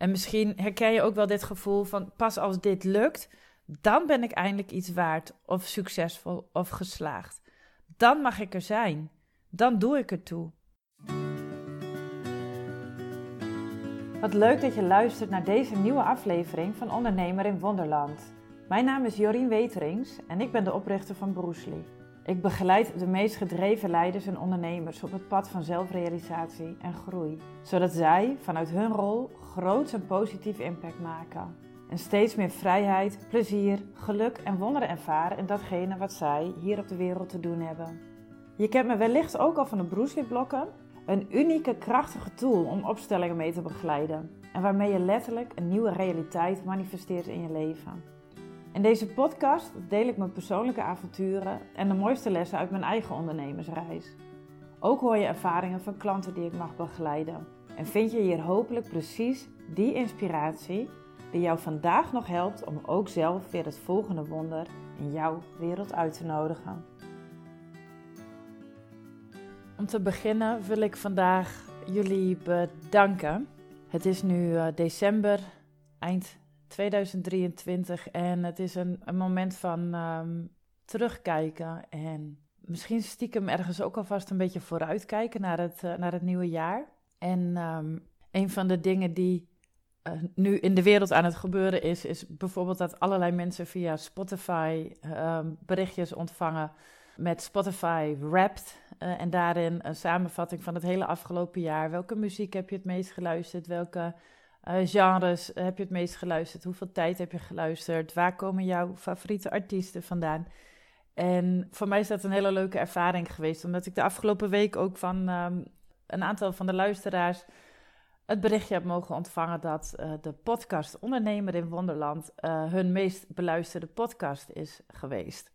En misschien herken je ook wel dit gevoel van pas als dit lukt, dan ben ik eindelijk iets waard of succesvol of geslaagd. Dan mag ik er zijn. Dan doe ik ertoe. Wat leuk dat je luistert naar deze nieuwe aflevering van Ondernemer in Wonderland. Mijn naam is Jorien Weterings en ik ben de oprichter van Broesli. Ik begeleid de meest gedreven leiders en ondernemers op het pad van zelfrealisatie en groei. Zodat zij vanuit hun rol groots en positief impact maken. En steeds meer vrijheid, plezier, geluk en wonderen ervaren in datgene wat zij hier op de wereld te doen hebben. Je kent me wellicht ook al van de Broesli-blokken. Een unieke, krachtige tool om opstellingen mee te begeleiden. En waarmee je letterlijk een nieuwe realiteit manifesteert in je leven. In deze podcast deel ik mijn persoonlijke avonturen en de mooiste lessen uit mijn eigen ondernemersreis. Ook hoor je ervaringen van klanten die ik mag begeleiden. En vind je hier hopelijk precies die inspiratie die jou vandaag nog helpt om ook zelf weer het volgende wonder in jouw wereld uit te nodigen. Om te beginnen wil ik vandaag jullie bedanken. Het is nu december, eind 2023 en het is een moment van terugkijken en misschien stiekem ergens ook alvast een beetje vooruitkijken naar het nieuwe jaar. En een van de dingen die nu in de wereld aan het gebeuren is bijvoorbeeld dat allerlei mensen via Spotify berichtjes ontvangen met Spotify Wrapped en daarin een samenvatting van het hele afgelopen jaar. Welke muziek heb je het meest geluisterd? Welke genres heb je het meest geluisterd? Hoeveel tijd heb je geluisterd? Waar komen jouw favoriete artiesten vandaan? En voor mij is dat een hele leuke ervaring geweest, omdat ik de afgelopen week ook van een aantal van de luisteraars het berichtje heb mogen ontvangen dat de podcast Ondernemer in Wonderland hun meest beluisterde podcast is geweest.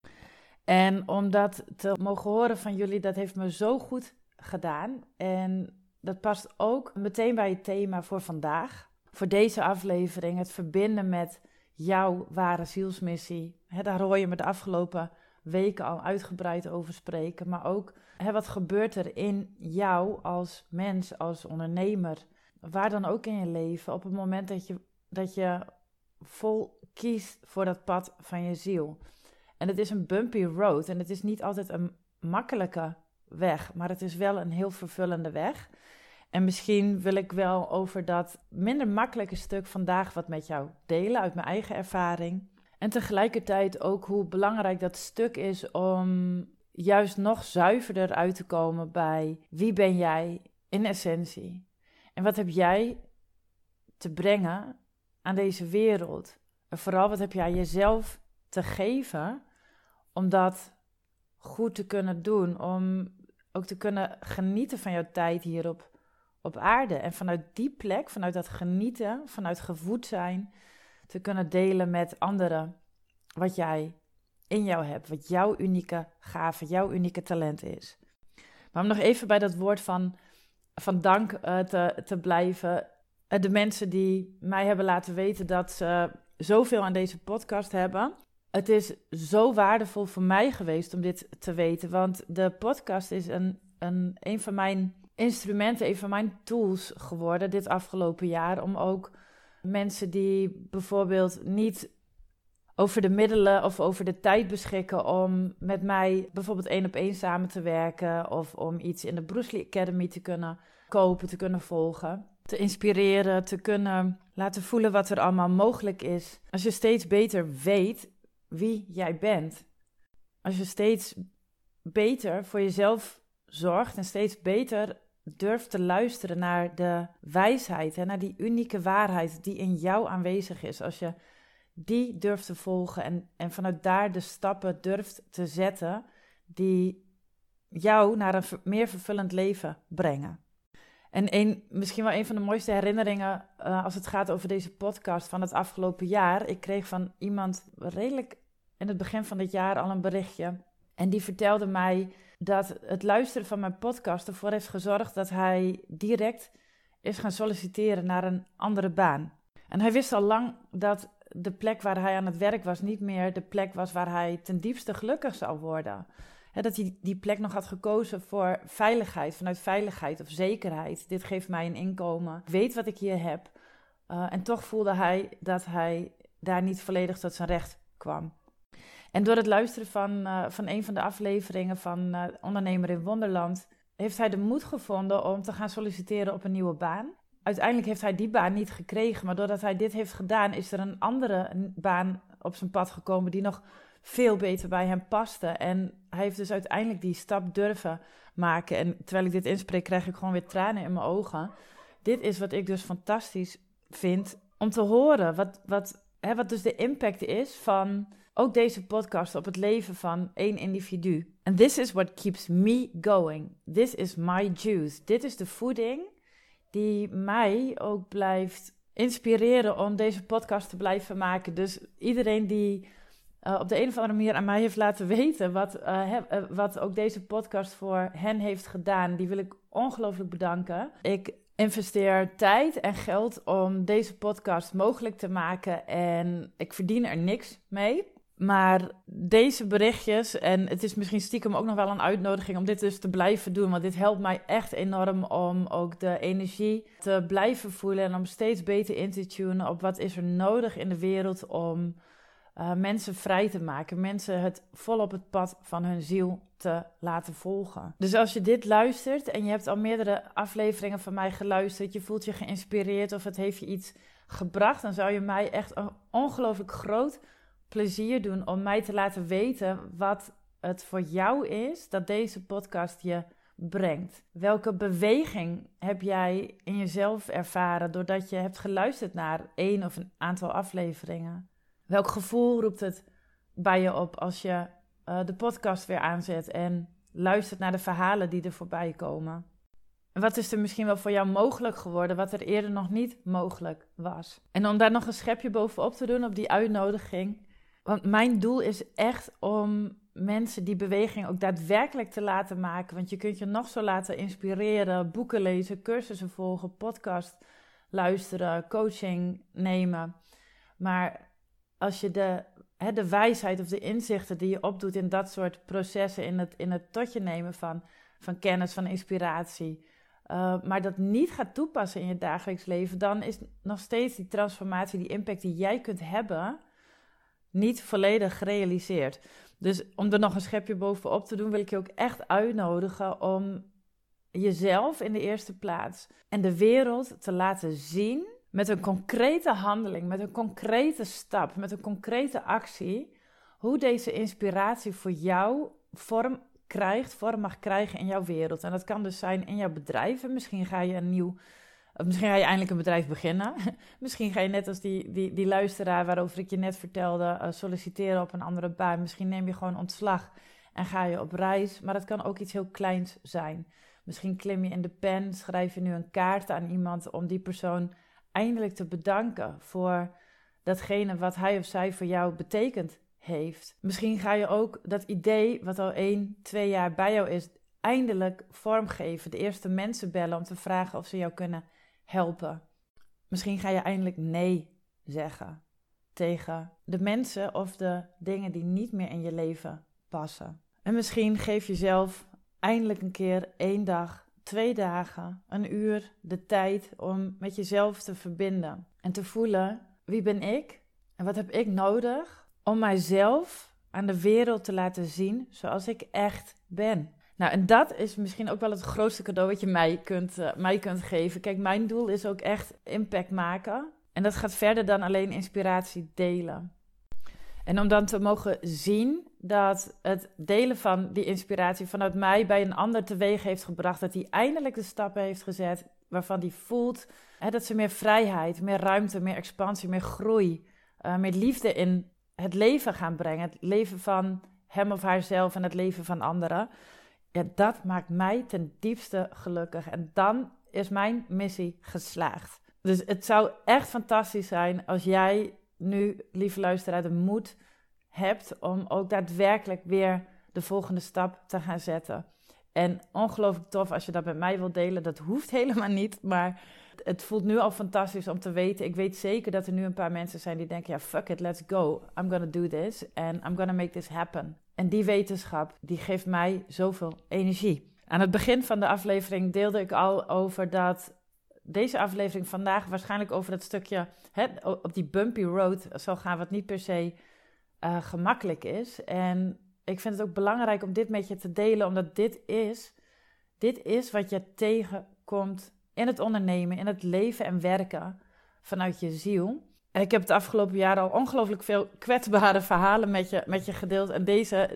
En om dat te mogen horen van jullie, dat heeft me zo goed gedaan. En dat past ook meteen bij het thema voor vandaag. Voor deze aflevering, het verbinden met jouw ware zielsmissie. Daar hoor je me de afgelopen weken al uitgebreid over spreken. Maar ook, wat gebeurt er in jou als mens, als ondernemer? Waar dan ook in je leven, op het moment dat je vol kiest voor dat pad van je ziel. En het is een bumpy road en het is niet altijd een makkelijke weg, maar het is wel een heel vervullende weg. En misschien wil ik wel over dat minder makkelijke stuk vandaag wat met jou delen uit mijn eigen ervaring. En tegelijkertijd ook hoe belangrijk dat stuk is om juist nog zuiverder uit te komen bij wie ben jij in essentie. En wat heb jij te brengen aan deze wereld? En vooral wat heb jij jezelf te geven om dat goed te kunnen doen, om ook te kunnen genieten van jouw tijd hier op aarde. En vanuit die plek, vanuit dat genieten, vanuit gevoed zijn, te kunnen delen met anderen wat jij in jou hebt, wat jouw unieke gave, jouw unieke talent is. Maar om nog even bij dat woord van dank te blijven. De mensen die mij hebben laten weten dat ze zoveel aan deze podcast hebben. Het is zo waardevol voor mij geweest om dit te weten, want de podcast is een van mijn instrumenten, een van mijn tools geworden dit afgelopen jaar, om ook mensen die bijvoorbeeld niet over de middelen of over de tijd beschikken om met mij bijvoorbeeld 1-op-1 samen te werken of om iets in de Broesli Academy te kunnen kopen, te kunnen volgen, te inspireren, te kunnen laten voelen wat er allemaal mogelijk is. Als je steeds beter weet wie jij bent, als je steeds beter voor jezelf zorgt en steeds beter durft te luisteren naar de wijsheid en naar die unieke waarheid die in jou aanwezig is, als je die durft te volgen en vanuit daar de stappen durft te zetten die jou naar een meer vervullend leven brengen. En misschien wel een van de mooiste herinneringen als het gaat over deze podcast van het afgelopen jaar. Ik kreeg van iemand redelijk in het begin van dit jaar al een berichtje. En die vertelde mij dat het luisteren van mijn podcast ervoor heeft gezorgd dat hij direct is gaan solliciteren naar een andere baan. En hij wist al lang dat de plek waar hij aan het werk was niet meer de plek was waar hij ten diepste gelukkig zou worden. Dat hij die plek nog had gekozen voor veiligheid, vanuit veiligheid of zekerheid. Dit geeft mij een inkomen. Ik weet wat ik hier heb. En toch voelde hij dat hij daar niet volledig tot zijn recht kwam. En door het luisteren van een van de afleveringen van Ondernemer in Wonderland heeft hij de moed gevonden om te gaan solliciteren op een nieuwe baan. Uiteindelijk heeft hij die baan niet gekregen, maar doordat hij dit heeft gedaan, is er een andere baan op zijn pad gekomen die nog veel beter bij hem paste. En hij heeft dus uiteindelijk die stap durven maken. En terwijl ik dit inspreek, krijg ik gewoon weer tranen in mijn ogen. Dit is wat ik dus fantastisch vind om te horen. Wat dus de impact is van ook deze podcast op het leven van één individu. And this is what keeps me going. This is my juice. Dit is de voeding die mij ook blijft inspireren om deze podcast te blijven maken. Dus iedereen die op de een of andere manier aan mij heeft laten weten wat ook deze podcast voor hen heeft gedaan, die wil ik ongelooflijk bedanken. Ik investeer tijd en geld om deze podcast mogelijk te maken en ik verdien er niks mee. Maar deze berichtjes, en het is misschien stiekem ook nog wel een uitnodiging om dit dus te blijven doen, want dit helpt mij echt enorm om ook de energie te blijven voelen en om steeds beter in te tunen op wat is er nodig in de wereld om mensen vrij te maken, mensen het vol op het pad van hun ziel te laten volgen. Dus als je dit luistert en je hebt al meerdere afleveringen van mij geluisterd, je voelt je geïnspireerd of het heeft je iets gebracht, dan zou je mij echt een ongelooflijk groot plezier doen om mij te laten weten wat het voor jou is dat deze podcast je brengt. Welke beweging heb jij in jezelf ervaren doordat je hebt geluisterd naar één of een aantal afleveringen? Welk gevoel roept het bij je op als je de podcast weer aanzet en luistert naar de verhalen die er voorbij komen? En wat is er misschien wel voor jou mogelijk geworden wat er eerder nog niet mogelijk was? En om daar nog een schepje bovenop te doen op die uitnodiging. Want mijn doel is echt om mensen die beweging ook daadwerkelijk te laten maken. Want je kunt je nog zo laten inspireren, boeken lezen, cursussen volgen, podcast luisteren, coaching nemen. Maar als je de wijsheid of de inzichten die je opdoet in dat soort processen, in het tot je nemen van kennis, van inspiratie, maar dat niet gaat toepassen in je dagelijks leven, dan is nog steeds die transformatie, die impact die jij kunt hebben, niet volledig gerealiseerd. Dus om er nog een schepje bovenop te doen, wil ik je ook echt uitnodigen om jezelf in de eerste plaats en de wereld te laten zien met een concrete handeling, met een concrete stap, met een concrete actie, hoe deze inspiratie voor jou vorm mag krijgen in jouw wereld. En dat kan dus zijn in jouw bedrijf. En misschien ga je eindelijk een bedrijf beginnen. Misschien ga je net als die luisteraar waarover ik je net vertelde, solliciteren op een andere baan. Misschien neem je gewoon ontslag en ga je op reis. Maar dat kan ook iets heel kleins zijn. Misschien klim je in de pen, schrijf je nu een kaart aan iemand om die persoon eindelijk te bedanken voor datgene wat hij of zij voor jou betekend heeft. Misschien ga je ook dat idee wat al 1-2 jaar bij jou is, eindelijk vormgeven. De eerste mensen bellen om te vragen of ze jou kunnen helpen. Misschien ga je eindelijk nee zeggen tegen de mensen of de dingen die niet meer in je leven passen. En misschien geef je zelf eindelijk een keer 1 dag, 2 dagen, 1 uur de tijd om met jezelf te verbinden. En te voelen, wie ben ik en wat heb ik nodig om mijzelf aan de wereld te laten zien zoals ik echt ben. Nou, en dat is misschien ook wel het grootste cadeau wat je mij kunt geven. Kijk, mijn doel is ook echt impact maken. En dat gaat verder dan alleen inspiratie delen. En om dan te mogen zien dat het delen van die inspiratie vanuit mij bij een ander teweeg heeft gebracht, dat hij eindelijk de stappen heeft gezet waarvan hij voelt dat ze meer vrijheid, meer ruimte, meer expansie, meer groei, meer liefde in het leven gaan brengen. Het leven van hem of haarzelf en het leven van anderen. Ja, dat maakt mij ten diepste gelukkig. En dan is mijn missie geslaagd. Dus het zou echt fantastisch zijn als jij nu, lieve luisteraar, de moed hebt om ook daadwerkelijk weer de volgende stap te gaan zetten. En ongelooflijk tof als je dat met mij wilt delen. Dat hoeft helemaal niet, maar het voelt nu al fantastisch om te weten. Ik weet zeker dat er nu een paar mensen zijn die denken, ja, fuck it, let's go. I'm gonna do this and I'm gonna make this happen. En die wetenschap, die geeft mij zoveel energie. Aan het begin van de aflevering deelde ik al over dat deze aflevering vandaag waarschijnlijk over het stukje op die bumpy road zal gaan, wat niet per se gemakkelijk is. En ik vind het ook belangrijk om dit met je te delen, omdat dit is wat je tegenkomt in het ondernemen, in het leven en werken vanuit je ziel. En ik heb het afgelopen jaar al ongelooflijk veel kwetsbare verhalen met je gedeeld. En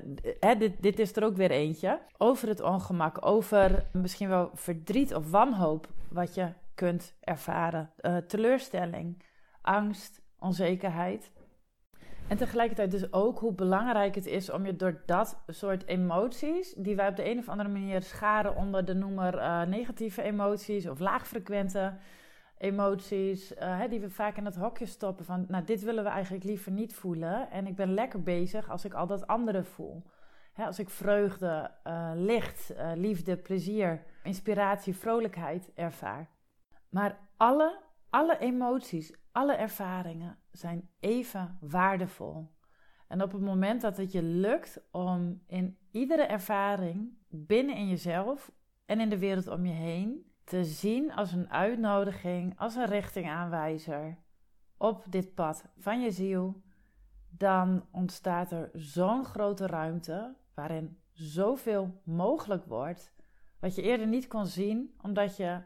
dit is er ook weer eentje. Over het ongemak, over misschien wel verdriet of wanhoop wat je kunt ervaren. Teleurstelling, angst, onzekerheid. En tegelijkertijd dus ook hoe belangrijk het is om je door dat soort emoties, die wij op de een of andere manier scharen onder de noemer negatieve emoties of laagfrequente emoties, die we vaak in het hokje stoppen van, nou, dit willen we eigenlijk liever niet voelen. En ik ben lekker bezig als ik al dat andere voel. Als ik vreugde, licht, liefde, plezier, inspiratie, vrolijkheid ervaar. Maar alle emoties, alle ervaringen zijn even waardevol. En op het moment dat het je lukt om in iedere ervaring binnen in jezelf en in de wereld om je heen te zien als een uitnodiging, als een richtingaanwijzer op dit pad van je ziel, dan ontstaat er zo'n grote ruimte waarin zoveel mogelijk wordt, wat je eerder niet kon zien, omdat je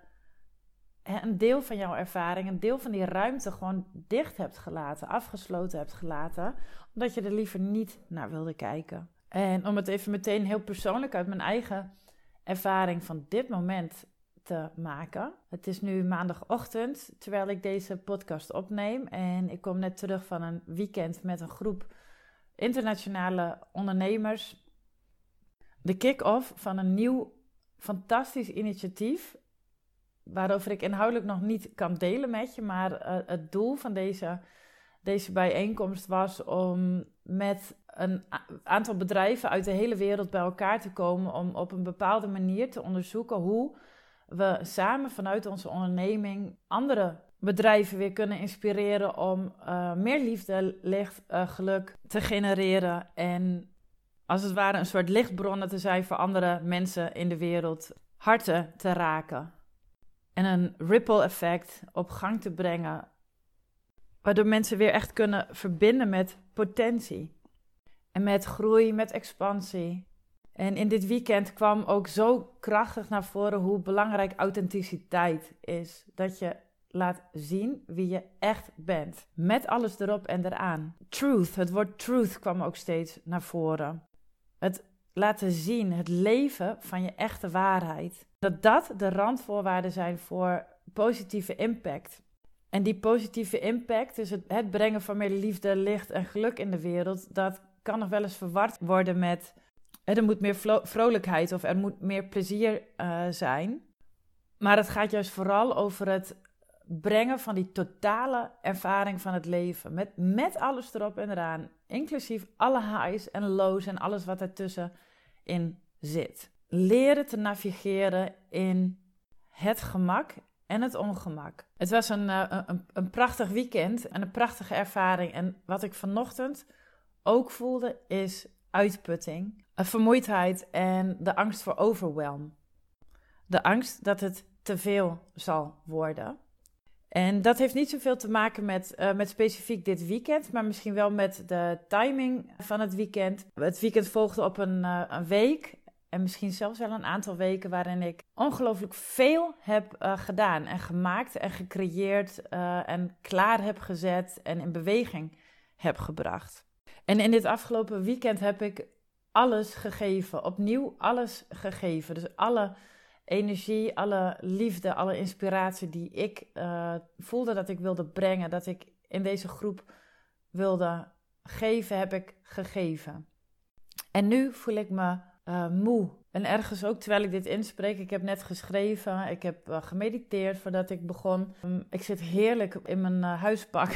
een deel van jouw ervaring, een deel van die ruimte gewoon dicht hebt gelaten, afgesloten hebt gelaten, omdat je er liever niet naar wilde kijken. En om het even meteen heel persoonlijk uit mijn eigen ervaring van dit moment te maken. Het is nu maandagochtend, terwijl ik deze podcast opneem. En ik kom net terug van een weekend met een groep internationale ondernemers. De kick-off van een nieuw, fantastisch initiatief, waarover ik inhoudelijk nog niet kan delen met je. Maar het doel van deze bijeenkomst was om met een aantal bedrijven uit de hele wereld bij elkaar te komen, om op een bepaalde manier te onderzoeken hoe we samen vanuit onze onderneming andere bedrijven weer kunnen inspireren om meer liefde, licht, geluk te genereren. En als het ware een soort lichtbronnen te zijn voor andere mensen in de wereld, harten te raken. En een ripple effect op gang te brengen, waardoor mensen weer echt kunnen verbinden met potentie. En met groei, met expansie. En in dit weekend kwam ook zo krachtig naar voren hoe belangrijk authenticiteit is. Dat je laat zien wie je echt bent. Met alles erop en eraan. Truth, het woord truth kwam ook steeds naar voren. Het laten zien, het leven van je echte waarheid. Dat de randvoorwaarden zijn voor positieve impact. En die positieve impact, dus het brengen van meer liefde, licht en geluk in de wereld, dat kan nog wel eens verward worden met er moet meer vrolijkheid of er moet meer plezier zijn. Maar het gaat juist vooral over het brengen van die totale ervaring van het leven. Met alles erop en eraan. Inclusief alle highs en lows en alles wat ertussen in zit. Leren te navigeren in het gemak en het ongemak. Het was een prachtig weekend en een prachtige ervaring. En wat ik vanochtend ook voelde is uitputting, vermoeidheid en de angst voor overwhelm. De angst dat het te veel zal worden. En dat heeft niet zoveel te maken met specifiek dit weekend, maar misschien wel met de timing van het weekend. Het weekend volgde op een week en misschien zelfs wel een aantal weken waarin ik ongelooflijk veel heb gedaan en gemaakt en gecreëerd en klaar heb gezet en in beweging heb gebracht. En in dit afgelopen weekend heb ik alles gegeven, opnieuw alles gegeven. Dus alle energie, alle liefde, alle inspiratie die ik voelde dat ik wilde brengen, dat ik in deze groep wilde geven, heb ik gegeven. En nu voel ik me moe. En ergens ook, terwijl ik dit inspreek, ik heb net geschreven, ik heb gemediteerd voordat ik begon. Ik zit heerlijk in mijn huispak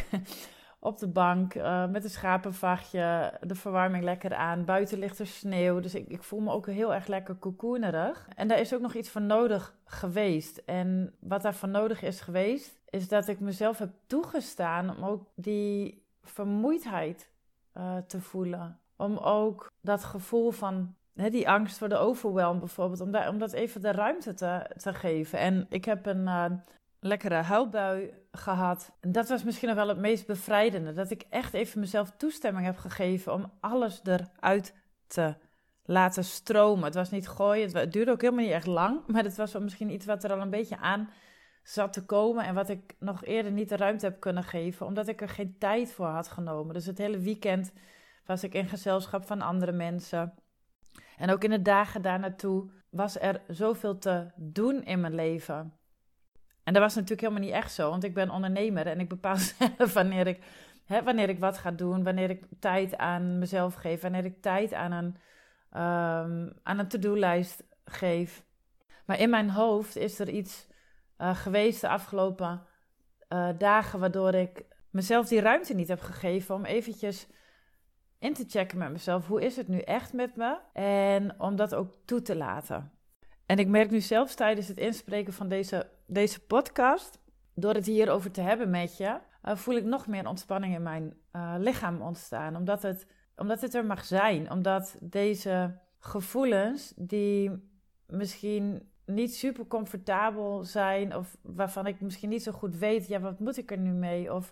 op de bank, met een schapenvachtje, de verwarming lekker aan. Buiten ligt er sneeuw, dus ik voel me ook heel erg lekker cocoonerig. En daar is ook nog iets voor nodig geweest. En wat daarvoor nodig is geweest, is dat ik mezelf heb toegestaan om ook die vermoeidheid te voelen. Om ook dat gevoel van die angst voor de overwhelm bijvoorbeeld, om dat even de ruimte te geven. En ik heb lekkere huilbui gehad. En dat was misschien nog wel het meest bevrijdende. Dat ik echt even mezelf toestemming heb gegeven om alles eruit te laten stromen. Het was niet gooien, het duurde ook helemaal niet echt lang. Maar het was wel misschien iets wat er al een beetje aan zat te komen. En wat ik nog eerder niet de ruimte heb kunnen geven. Omdat ik er geen tijd voor had genomen. Dus het hele weekend was ik in gezelschap van andere mensen. En ook in de dagen daarnaartoe was er zoveel te doen in mijn leven. En dat was natuurlijk helemaal niet echt zo, want ik ben ondernemer en ik bepaal zelf wanneer ik wat ga doen, wanneer ik tijd aan mezelf geef, wanneer ik tijd aan een to-do-lijst geef. Maar in mijn hoofd is er iets geweest de afgelopen dagen waardoor ik mezelf die ruimte niet heb gegeven om eventjes in te checken met mezelf. Hoe is het nu echt met me? En om dat ook toe te laten. En ik merk nu zelfs tijdens het inspreken van deze podcast, door het hierover te hebben met je, voel ik nog meer ontspanning in mijn lichaam ontstaan. Omdat het er mag zijn. Omdat deze gevoelens die misschien niet super comfortabel zijn, of waarvan ik misschien niet zo goed weet, ja, wat moet ik er nu mee? Of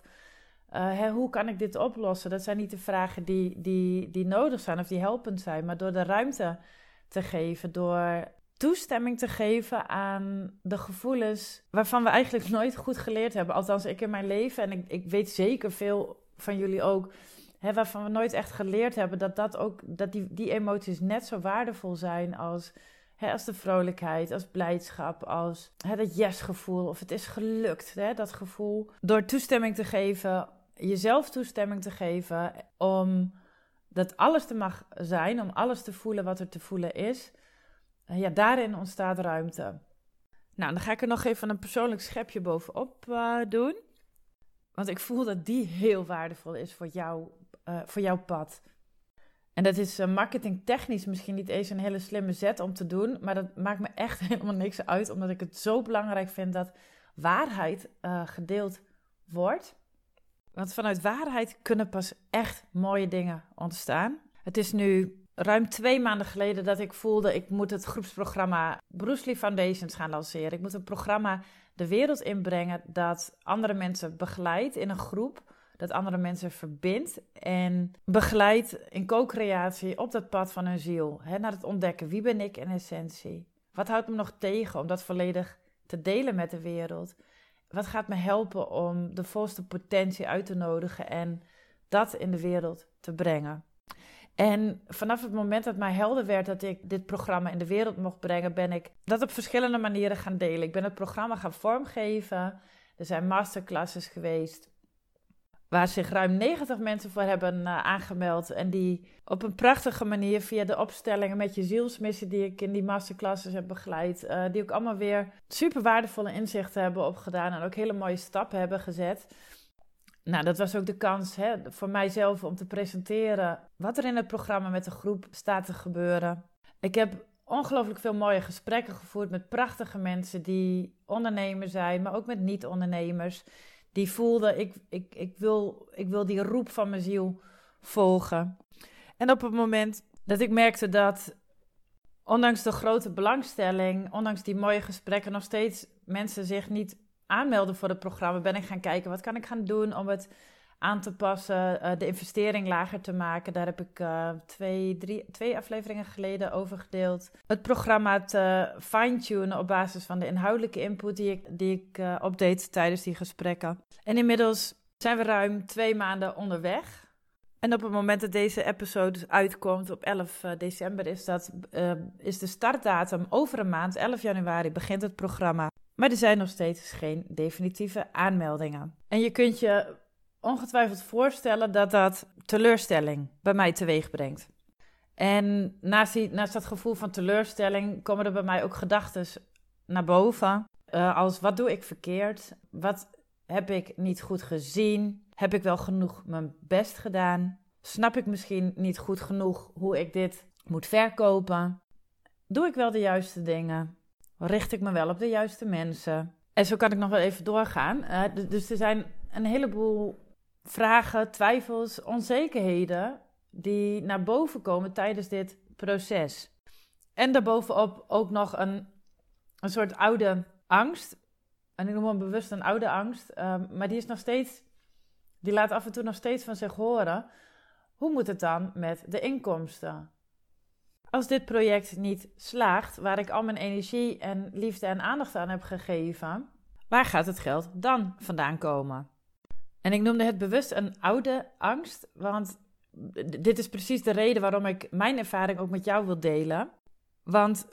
hoe kan ik dit oplossen? Dat zijn niet de vragen die nodig zijn of die helpend zijn. Maar door de ruimte te geven, door toestemming te geven aan de gevoelens waarvan we eigenlijk nooit goed geleerd hebben. Althans, ik in mijn leven, en ik weet zeker veel van jullie ook, waarvan we nooit echt geleerd hebben dat die emoties net zo waardevol zijn als de vrolijkheid, als blijdschap, als dat yes-gevoel, of het is gelukt, dat gevoel. Door toestemming te geven, jezelf toestemming te geven, om dat alles er mag zijn, om alles te voelen wat er te voelen is. Daarin ontstaat ruimte. Nou, dan ga ik er nog even een persoonlijk schepje bovenop doen. Want ik voel dat die heel waardevol is voor jouw pad. En dat is marketingtechnisch misschien niet eens een hele slimme zet om te doen. Maar dat maakt me echt helemaal niks uit. Omdat ik het zo belangrijk vind dat waarheid gedeeld wordt. Want vanuit waarheid kunnen pas echt mooie dingen ontstaan. Het is nu ruim 2 maanden geleden dat ik voelde, ik moet het groepsprogramma Bruce Lee Foundations gaan lanceren. Ik moet een programma de wereld inbrengen dat andere mensen begeleidt in een groep. Dat andere mensen verbindt en begeleidt in co-creatie op dat pad van hun ziel. Naar het ontdekken, wie ben ik in essentie? Wat houdt me nog tegen om dat volledig te delen met de wereld? Wat gaat me helpen om de volste potentie uit te nodigen en dat in de wereld te brengen? En vanaf het moment dat mij helder werd dat ik dit programma in de wereld mocht brengen, ben ik dat op verschillende manieren gaan delen. Ik ben het programma gaan vormgeven. Er zijn masterclasses geweest waar zich ruim 90 mensen voor hebben aangemeld. En die op een prachtige manier via de opstellingen met je zielsmissie die ik in die masterclasses heb begeleid, die ook allemaal weer super waardevolle inzichten hebben opgedaan en ook hele mooie stappen hebben gezet. Nou, dat was ook de kans voor mijzelf om te presenteren wat er in het programma met de groep staat te gebeuren. Ik heb ongelooflijk veel mooie gesprekken gevoerd met prachtige mensen die ondernemer zijn, maar ook met niet-ondernemers. Die voelden, ik wil die roep van mijn ziel volgen. En op het moment dat ik merkte dat, ondanks de grote belangstelling, ondanks die mooie gesprekken, nog steeds mensen zich niet aanmelden voor het programma, ben ik gaan kijken, wat kan ik gaan doen om het aan te passen, de investering lager te maken. Daar heb ik 2 afleveringen geleden over gedeeld. Het programma te fine-tunen op basis van de inhoudelijke input die ik opdeed tijdens die gesprekken. En inmiddels zijn we ruim 2 maanden onderweg. En op het moment dat deze episode uitkomt, op 11 december, is de startdatum over een maand. 11 januari begint het programma. Maar er zijn nog steeds geen definitieve aanmeldingen. En je kunt je ongetwijfeld voorstellen dat teleurstelling bij mij teweeg brengt. En naast dat gevoel van teleurstelling komen er bij mij ook gedachten naar boven. Als, wat doe ik verkeerd? Wat heb ik niet goed gezien? Heb ik wel genoeg mijn best gedaan? Snap ik misschien niet goed genoeg hoe ik dit moet verkopen? Doe ik wel de juiste dingen? Richt ik me wel op de juiste mensen? En zo kan ik nog wel even doorgaan. Dus er zijn een heleboel vragen, twijfels, onzekerheden die naar boven komen tijdens dit proces. En daarbovenop ook nog een soort oude angst en ik noem hem bewust een oude angst, maar die laat af en toe nog steeds van zich horen. Hoe moet het dan met de inkomsten? Als dit project niet slaagt, waar ik al mijn energie en liefde en aandacht aan heb gegeven, waar gaat het geld dan vandaan komen? En ik noemde het bewust een oude angst, want dit is precies de reden waarom ik mijn ervaring ook met jou wil delen. Want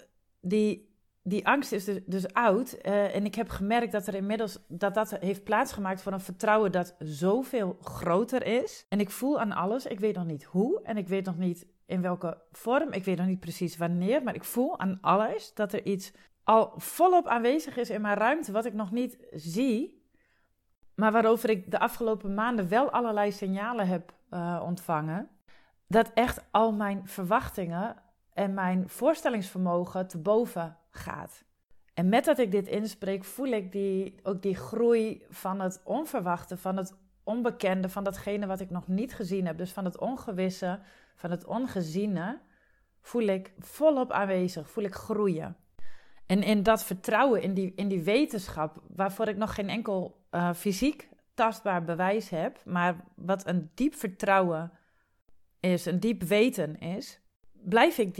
die angst is dus oud en ik heb gemerkt dat er inmiddels dat heeft plaatsgemaakt voor een vertrouwen dat zoveel groter is. En ik voel aan alles, ik weet nog niet hoe en ik weet nog niet in welke vorm, ik weet nog niet precies wanneer, maar ik voel aan alles dat er iets al volop aanwezig is in mijn ruimte wat ik nog niet zie, maar waarover ik de afgelopen maanden wel allerlei signalen heb ontvangen, dat echt al mijn verwachtingen en mijn voorstellingsvermogen te boven gaat. En met dat ik dit inspreek, voel ik ook die groei van het onverwachte, van het onbekende, van datgene wat ik nog niet gezien heb. Dus van het ongewisse, van het ongeziene, voel ik volop aanwezig, voel ik groeien. En in dat vertrouwen, in die wetenschap, waarvoor ik nog geen enkel fysiek tastbaar bewijs heb, maar wat een diep vertrouwen is, een diep weten is, blijf ik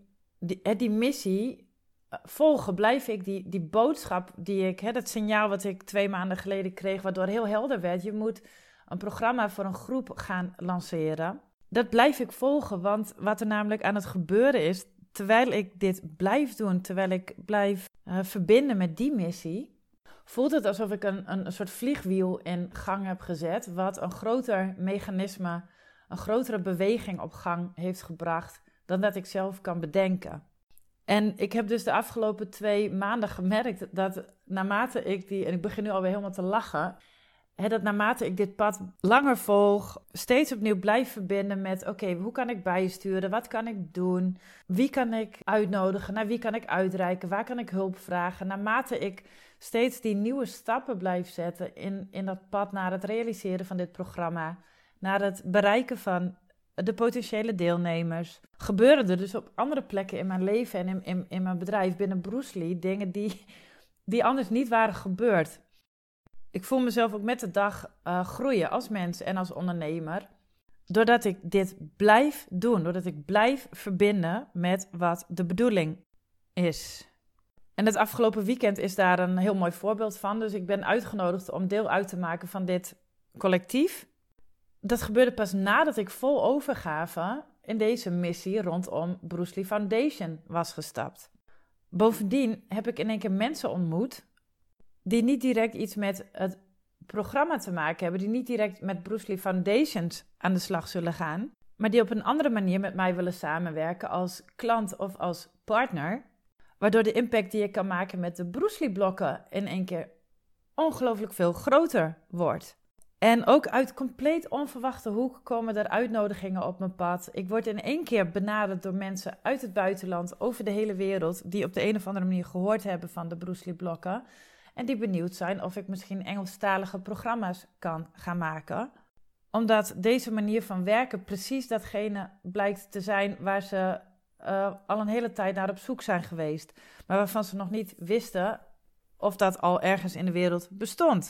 die missie volgen, blijf ik die boodschap dat signaal wat ik 2 maanden geleden kreeg, waardoor heel helder werd, je moet een programma voor een groep gaan lanceren. Dat blijf ik volgen, want wat er namelijk aan het gebeuren is, terwijl ik dit blijf doen, terwijl ik blijf verbinden met die missie, voelt het alsof ik een soort vliegwiel in gang heb gezet, wat een groter mechanisme, een grotere beweging op gang heeft gebracht dan dat ik zelf kan bedenken. En ik heb dus de afgelopen 2 maanden gemerkt dat naarmate ik en ik begin nu alweer helemaal te lachen, dat naarmate ik dit pad langer volg, steeds opnieuw blijf verbinden met oké, hoe kan ik bijsturen, wat kan ik doen, wie kan ik uitnodigen, naar wie kan ik uitreiken, waar kan ik hulp vragen. Naarmate ik steeds die nieuwe stappen blijf zetten in dat pad naar het realiseren van dit programma, naar het bereiken van de potentiële deelnemers, gebeuren er dus op andere plekken in mijn leven en in mijn bedrijf binnen Bruce Lee dingen die anders niet waren gebeurd. Ik voel mezelf ook met de dag groeien als mens en als ondernemer, doordat ik dit blijf doen, doordat ik blijf verbinden met wat de bedoeling is. En het afgelopen weekend is daar een heel mooi voorbeeld van, dus ik ben uitgenodigd om deel uit te maken van dit collectief. Dat gebeurde pas nadat ik vol overgave in deze missie rondom Bruce Lee Foundation was gestapt. Bovendien heb ik in één keer mensen ontmoet die niet direct iets met het programma te maken hebben, die niet direct met Bruce Lee Foundations aan de slag zullen gaan, maar die op een andere manier met mij willen samenwerken als klant of als partner, waardoor de impact die ik kan maken met de Bruce Lee blokken in één keer ongelooflijk veel groter wordt. En ook uit compleet onverwachte hoek komen er uitnodigingen op mijn pad. Ik word in één keer benaderd door mensen uit het buitenland, over de hele wereld, die op de een of andere manier gehoord hebben van de Bruce Lee blokken. En die benieuwd zijn of ik misschien Engelstalige programma's kan gaan maken. Omdat deze manier van werken precies datgene blijkt te zijn waar ze al een hele tijd naar op zoek zijn geweest. Maar waarvan ze nog niet wisten of dat al ergens in de wereld bestond.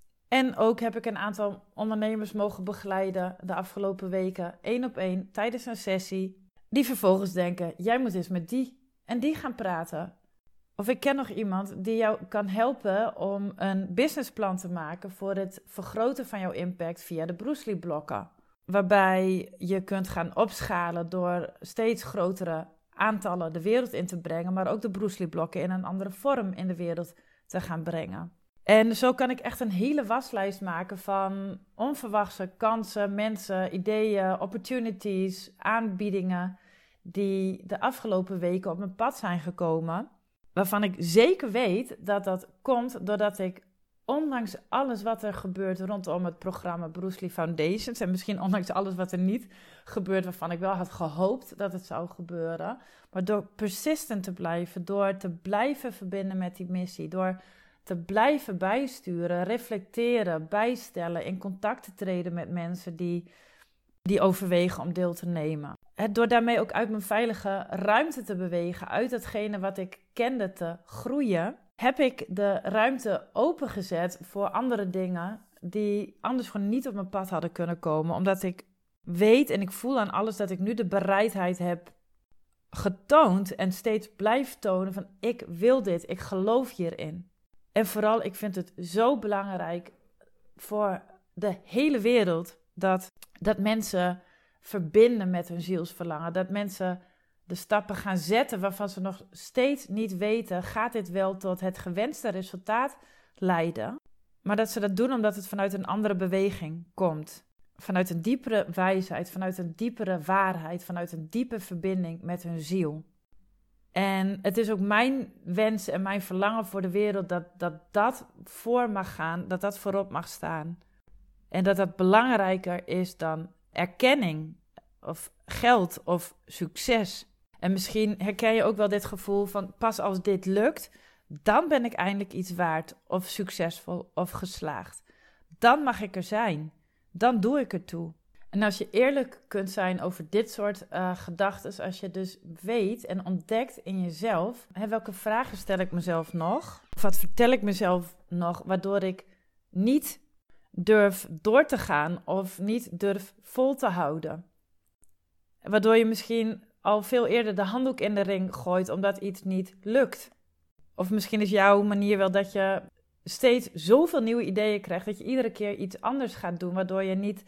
En ook heb ik een aantal ondernemers mogen begeleiden de afgelopen weken, 1-op-1, tijdens een sessie, die vervolgens denken, jij moet eens met die en die gaan praten. Of ik ken nog iemand die jou kan helpen om een businessplan te maken voor het vergroten van jouw impact via de Bruce Lee blokken. Waarbij je kunt gaan opschalen door steeds grotere aantallen de wereld in te brengen, maar ook de Bruce Lee blokken in een andere vorm in de wereld te gaan brengen. En zo kan ik echt een hele waslijst maken van onverwachte kansen, mensen, ideeën, opportunities, aanbiedingen die de afgelopen weken op mijn pad zijn gekomen. Waarvan ik zeker weet dat dat komt doordat ik, ondanks alles wat er gebeurt rondom het programma Bruce Lee Foundations, en misschien ondanks alles wat er niet gebeurt, waarvan ik wel had gehoopt dat het zou gebeuren, maar door persistent te blijven, door te blijven verbinden met die missie, door te blijven bijsturen, reflecteren, bijstellen, in contact te treden met mensen die overwegen om deel te nemen. Door daarmee ook uit mijn veilige ruimte te bewegen, uit datgene wat ik kende te groeien, heb ik de ruimte opengezet voor andere dingen die anders gewoon niet op mijn pad hadden kunnen komen. Omdat ik weet en ik voel aan alles dat ik nu de bereidheid heb getoond en steeds blijf tonen van ik wil dit, ik geloof hierin. En vooral, ik vind het zo belangrijk voor de hele wereld dat mensen verbinden met hun zielsverlangen. Dat mensen de stappen gaan zetten waarvan ze nog steeds niet weten, gaat dit wel tot het gewenste resultaat leiden? Maar dat ze dat doen omdat het vanuit een andere beweging komt. Vanuit een diepere wijsheid, vanuit een diepere waarheid, vanuit een diepe verbinding met hun ziel. En het is ook mijn wens en mijn verlangen voor de wereld dat voor mag gaan, dat voorop mag staan. En dat belangrijker is dan erkenning of geld of succes. En misschien herken je ook wel dit gevoel van pas als dit lukt, dan ben ik eindelijk iets waard of succesvol of geslaagd. Dan mag ik er zijn. Dan doe ik ertoe. En als je eerlijk kunt zijn over dit soort gedachten, als je dus weet en ontdekt in jezelf, welke vragen stel ik mezelf nog? Of wat vertel ik mezelf nog, waardoor ik niet durf door te gaan of niet durf vol te houden? Waardoor je misschien al veel eerder de handdoek in de ring gooit omdat iets niet lukt. Of misschien is jouw manier wel dat je steeds zoveel nieuwe ideeën krijgt dat je iedere keer iets anders gaat doen, waardoor je niet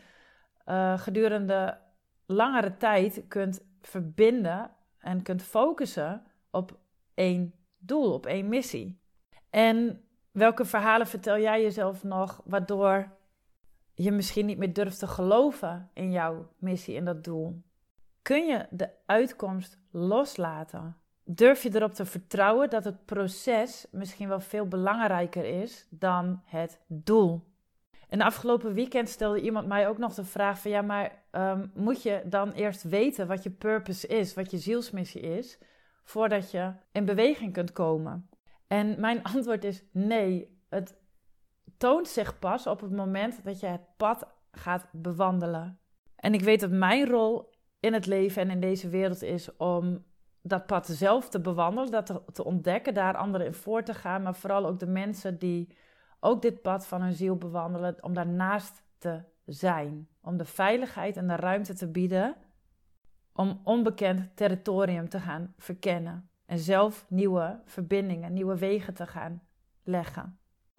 gedurende langere tijd kunt verbinden en kunt focussen op één doel, op één missie. En welke verhalen vertel jij jezelf nog, waardoor je misschien niet meer durft te geloven in jouw missie en dat doel? Kun je de uitkomst loslaten? Durf je erop te vertrouwen dat het proces misschien wel veel belangrijker is dan het doel? En de afgelopen weekend stelde iemand mij ook nog de vraag van ja, maar moet je dan eerst weten wat je purpose is, wat je zielsmissie is, voordat je in beweging kunt komen? En mijn antwoord is nee, het toont zich pas op het moment dat je het pad gaat bewandelen. En ik weet dat mijn rol in het leven en in deze wereld is om dat pad zelf te bewandelen, dat te ontdekken, daar anderen in voor te gaan, maar vooral ook de mensen die ook dit pad van hun ziel bewandelen, om daarnaast te zijn. Om de veiligheid en de ruimte te bieden om onbekend territorium te gaan verkennen. En zelf nieuwe verbindingen, nieuwe wegen te gaan leggen.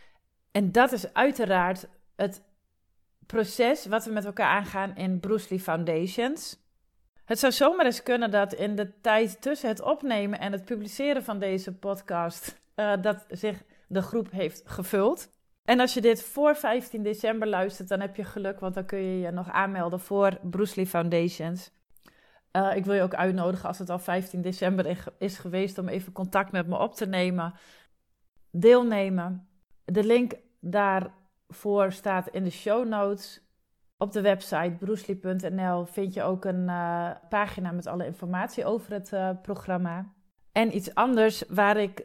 En dat is uiteraard het proces wat we met elkaar aangaan in Bruce Lee Foundations. Het zou zomaar eens kunnen dat in de tijd tussen het opnemen en het publiceren van deze podcast dat zich de groep heeft gevuld. En als je dit voor 15 december luistert, dan heb je geluk, want dan kun je je nog aanmelden voor Bruce Lee Foundations. Ik wil je ook uitnodigen als het al 15 december is geweest om even contact met me op te nemen. Deelnemen. De link daarvoor staat in de show notes. Op de website brucelee.nl vind je ook een pagina met alle informatie over het programma. En iets anders waar ik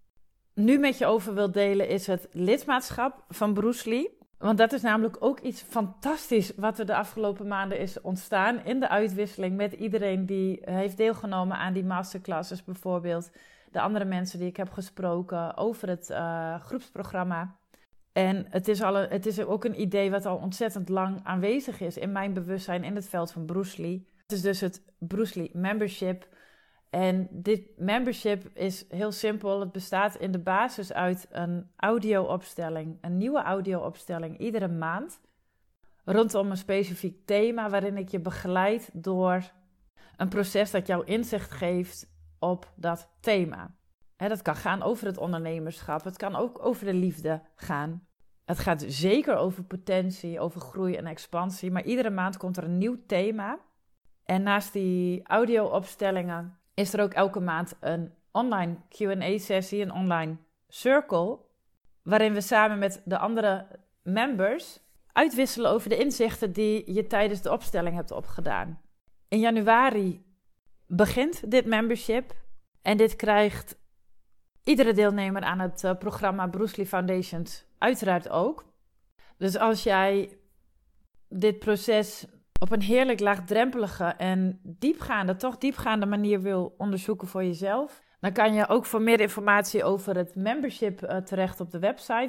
nu met je over wil delen is het lidmaatschap van Bruce Lee. Want dat is namelijk ook iets fantastisch wat er de afgelopen maanden is ontstaan in de uitwisseling met iedereen die heeft deelgenomen aan die masterclasses bijvoorbeeld. De andere mensen die ik heb gesproken over het groepsprogramma. En het is ook een idee wat al ontzettend lang aanwezig is in mijn bewustzijn in het veld van Bruce Lee. Het is dus het Bruce Lee Membership. En dit membership is heel simpel. Het bestaat in de basis uit een audio-opstelling, een nieuwe audio-opstelling iedere maand. Rondom een specifiek thema waarin ik je begeleid door een proces dat jou inzicht geeft op dat thema. Dat kan gaan over het ondernemerschap, het kan ook over de liefde gaan. Het gaat zeker over potentie, over groei en expansie, maar iedere maand komt er een nieuw thema. En naast die audio-opstellingen is er ook elke maand een online Q&A-sessie, een online circle, waarin we samen met de andere members uitwisselen over de inzichten die je tijdens de opstelling hebt opgedaan. In januari begint dit membership en dit krijgt iedere deelnemer aan het programma Bruce Lee Foundations uiteraard ook. Dus als jij dit proces op een heerlijk laagdrempelige en diepgaande manier wil onderzoeken voor jezelf, Dan kan je ook voor meer informatie over het membership terecht op de website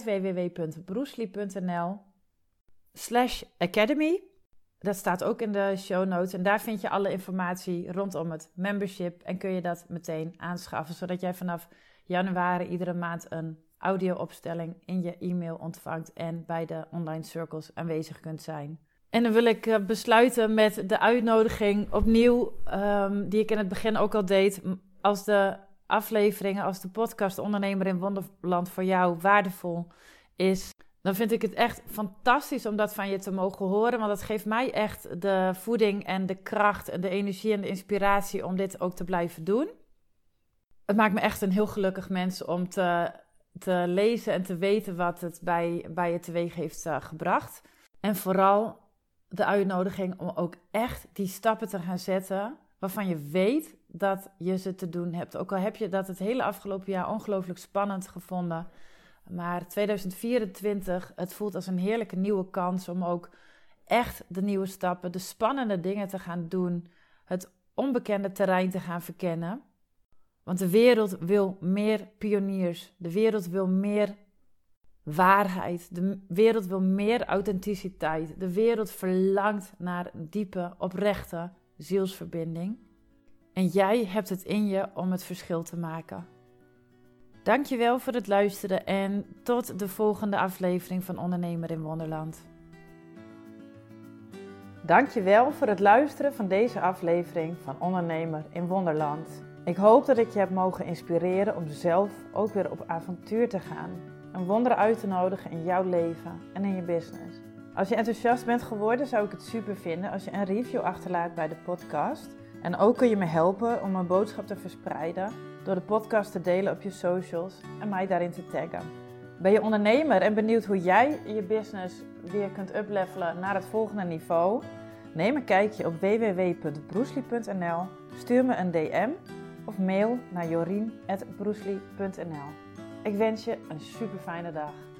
www.brucely.nl/academy. Dat staat ook in de show notes en daar vind je alle informatie rondom het membership en kun je dat meteen aanschaffen, zodat jij vanaf januari iedere maand een audio-opstelling in je e-mail ontvangt en bij de online circles aanwezig kunt zijn. En dan wil ik besluiten met de uitnodiging opnieuw, die ik in het begin ook al deed. Als de afleveringen, als de podcast Ondernemer in Wonderland voor jou waardevol is, dan vind ik het echt fantastisch om dat van je te mogen horen. Want dat geeft mij echt de voeding en de kracht en de energie en de inspiratie om dit ook te blijven doen. Het maakt me echt een heel gelukkig mens om te lezen en te weten wat het bij je teweeg heeft gebracht. En vooral de uitnodiging om ook echt die stappen te gaan zetten waarvan je weet dat je ze te doen hebt. Ook al heb je dat het hele afgelopen jaar ongelooflijk spannend gevonden. Maar 2024, het voelt als een heerlijke nieuwe kans om ook echt de nieuwe stappen, de spannende dingen te gaan doen. Het onbekende terrein te gaan verkennen. Want de wereld wil meer pioniers. De wereld wil meer waarheid. De wereld wil meer authenticiteit. De wereld verlangt naar diepe, oprechte zielsverbinding. En jij hebt het in je om het verschil te maken. Dankjewel voor het luisteren en tot de volgende aflevering van Ondernemer in Wonderland. Dankjewel voor het luisteren van deze aflevering van Ondernemer in Wonderland. Ik hoop dat ik je heb mogen inspireren om zelf ook weer op avontuur te gaan. Een wonder uit te nodigen in jouw leven en in je business. Als je enthousiast bent geworden, zou ik het super vinden als je een review achterlaat bij de podcast. En ook kun je me helpen om mijn boodschap te verspreiden door de podcast te delen op je socials en mij daarin te taggen. Ben je ondernemer en benieuwd hoe jij je business weer kunt uplevelen naar het volgende niveau? Neem een kijkje op www.brucely.nl, stuur me een DM of mail naar jorien@brucely.nl. Ik wens je een super fijne dag.